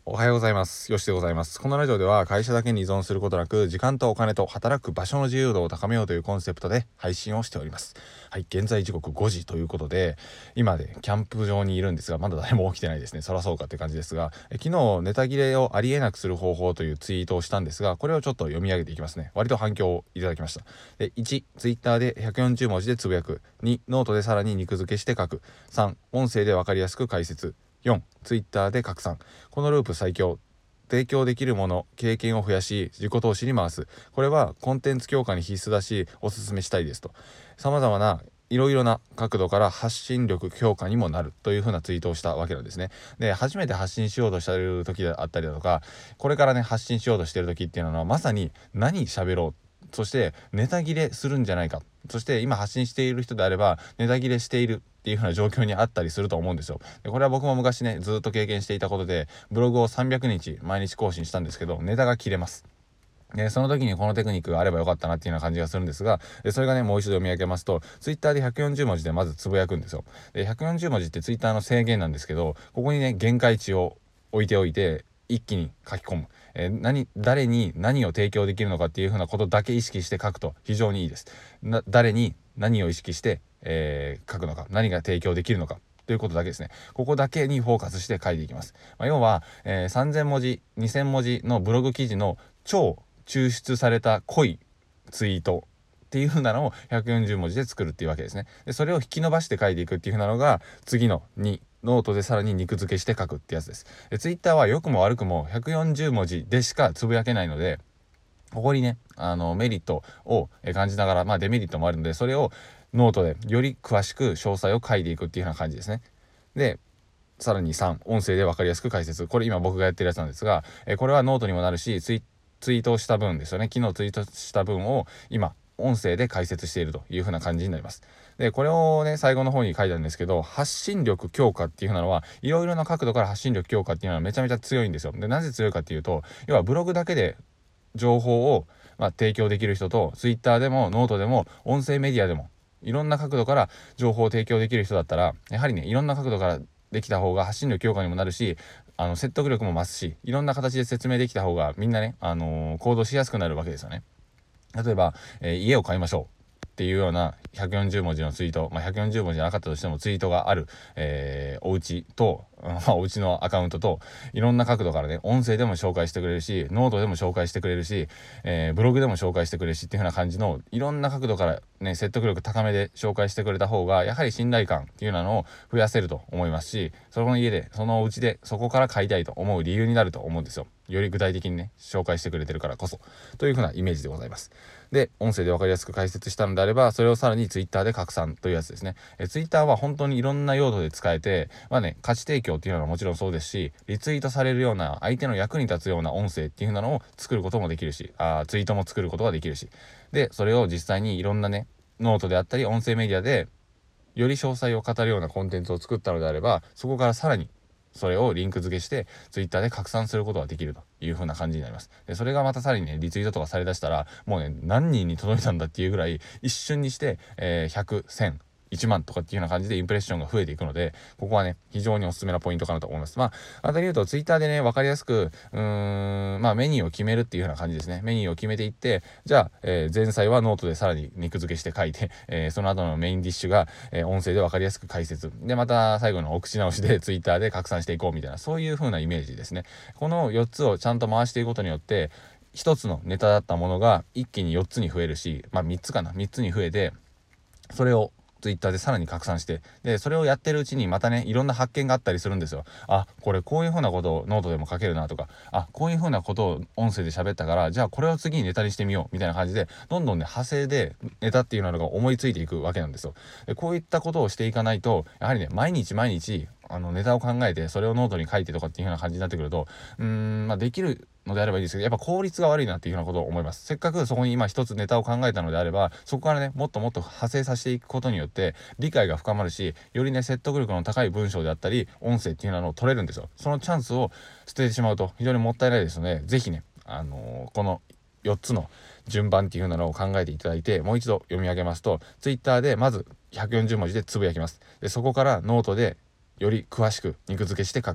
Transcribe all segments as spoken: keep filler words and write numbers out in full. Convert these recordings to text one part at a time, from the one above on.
おはようございます。よしでございます。このラジオでは会社だけに依存することなく、時間とお金と働く場所の自由度を高めようというコンセプトで配信をしております。はい、現在時刻ごじということで、今でキャンプ場にいるんですが、まだ誰も起きてないですね。そらそうかって感じですが、え昨日ネタ切れをありえなくする方法というツイートをしたんですが、これをちょっと読み上げていきますね。割と反響をいただきました。で、いち、ツイッターでひゃくよんじゅうもじでつぶやく。に、ノートでさらに肉付けして書く。さん、音声でわかりやすく解説。よん、ツイッターで拡散。このループ最強。提供できるもの、経験を増やし、自己投資に回す。これはコンテンツ強化に必須だし、おすすめしたいですと。様々ないろいろな角度から発信力強化にもなるというふうなツイートをしたわけなんですね。で、初めて発信しようとしている時であったりだとか、これからね、発信しようとしている時っていうのは、まさに何喋ろう、そしてネタ切れするんじゃないか、そして今発信している人であればネタ切れしているっていう風な状況にあったりすると思うんですよ。でこれは僕も昔ねずっと経験していたことで、ブログをさんびゃくにち毎日更新したんですけど、ネタが切れます。でその時にこのテクニックがあればよかったなっていうような感じがするんですが、でそれがねもう一度読み上げますと、ツイッターでひゃくよんじゅうもじでまずつぶやくんですよ。でひゃくよんじゅうもじってツイッターの制限なんですけど、ここにね限界値を置いておいて一気に書き込む、えー、何誰に何を提供できるのかっていうふうなことだけ意識して書くと非常にいいです。な誰に何を意識して、えー、書くのか、何が提供できるのかということだけですね。ここだけにフォーカスして書いていきます。まあ、要は、えー、さんぜんもじにせんもじのブログ記事の超抽出された濃いツイートっていう風なのをひゃくよんじゅうもじで作るっていうわけですね。でそれを引き伸ばして書いていくっていう風なのが次のに、ノートでさらに肉付けして書くってやつです。でツイッターは良くも悪くもひゃくよんじゅうもじでしかつぶやけないので、ここにねあのメリットを感じながら、まあデメリットもあるので、それをノートでより詳しく詳細を書いていくっていう風な感じですね。でさらにさん、音声で分かりやすく解説。これ今僕がやってるやつなんですが、えこれはノートにもなるし、ツイツイートした分ですよね。昨日ツイートした分を今音声で解説しているという風な感じになります。でこれをね最後の方に書いたんですけど、発信力強化っていう風なのはいろいろな角度から発信力強化っていうのはめちゃめちゃ強いんですよ。でなぜ強いかっていうと、要はブログだけで情報を、まあ、提供できる人と、ツイッターでもノートでも音声メディアでもいろんな角度から情報を提供できる人だったら、やはりねいろんな角度からできた方が発信力強化にもなるし、あの説得力も増すし、いろんな形で説明できた方がみんなね、あのー行動しやすくなるわけですよね。例えば、えー家を買いましょうっていうようなひゃくよんじゅうもじのツイート、まあ、ひゃくよんじゅうもじじゃなかったとしてもツイートがある、えー、お家と、まあ、お家のアカウントと、いろんな角度からね音声でも紹介してくれるし、ノートでも紹介してくれるし、えー、ブログでも紹介してくれるしっていう風な感じのいろんな角度からね説得力高めで紹介してくれた方が、やはり信頼感っていうのを増やせると思いますし、その家でそのお家でそこから買いたいと思う理由になると思うんですよ。より具体的にね紹介してくれてるからこそという風なイメージでございます。で音声で分かりやすく解説したのであれば、それをさらにツイッターで拡散というやつですね。えツイッターは本当にいろんな用途で使えて、まあね価値提供っていうのはもちろんそうですし、リツイートされるような相手の役に立つような音声っていうのを作ることもできるし、あツイートも作ることができるし、でそれを実際にいろんなねノートであったり音声メディアでより詳細を語るようなコンテンツを作ったのであれば、そこからさらにそれをリンク付けしてツイッターで拡散することができるという風な感じになります。でそれがまたさらにねリツイートとかされだしたら、もうね何人に届いたんだっていうぐらい一瞬にして、えー、ひゃく、せん、いちまんとかっていうような感じでインプレッションが増えていくので、ここはね非常におすすめなポイントかなと思います。まああたり言うとツイッターでね分かりやすくうーんまあメニューを決めるっていうような感じですね。メニューを決めていって、じゃあ、えー前菜はノートでさらに肉付けして書いて、えーその後のメインディッシュが、えー音声で分かりやすく解説で、また最後のお口直しでツイッターで拡散していこうみたいな、そういう風なイメージですね。このよっつをちゃんと回していくことによって、ひとつのネタだったものが一気によっつに増えるし、まあみっつかなみっつに増えて、それをツイッターでさらに拡散して、でそれをやってるうちにまたねいろんな発見があったりするんですよ。あこれこういう風なことをノートでも書けるなとか、あこういう風なことを音声で喋ったから、じゃあこれを次にネタにしてみようみたいな感じで、どんどんね派生でネタっていうのが思いついていくわけなんですよ。でこういったことをしていかないと、やはりね毎日毎日あのネタを考えてそれをノートに書いてとかっていう風な感じになってくると、うーんまあできるのであればいいですけど、やっぱ効率が悪いなっていうようなことを思います。せっかくそこに今一つネタを考えたのであれば、そこからねもっともっと派生させていくことによって理解が深まるし、よりね説得力の高い文章であったり音声っていうのを取れるんですよ。そのチャンスを捨ててしまうと非常にもったいないですので、ぜひねあのー、このよっつの順番っていうのを考えていただいて、もう一度読み上げますと、ツイッターでまずひゃくよんじゅうもじでつぶやきます。でそこからノートでより詳しく肉付けして書く。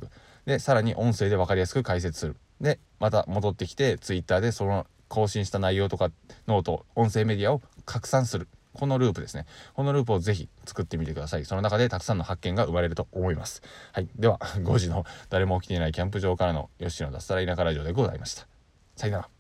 でさらに音声で分かりやすく解説する。でまた戻ってきて Twitter でその更新した内容とかノート音声メディアを拡散する。このループですね。このループをぜひ作ってみてください。その中でたくさんの発見が生まれると思います。はい、ではごじの誰も起きていないキャンプ場からのヨッシーの脱サラ田舎ラジオでございました。さよなら。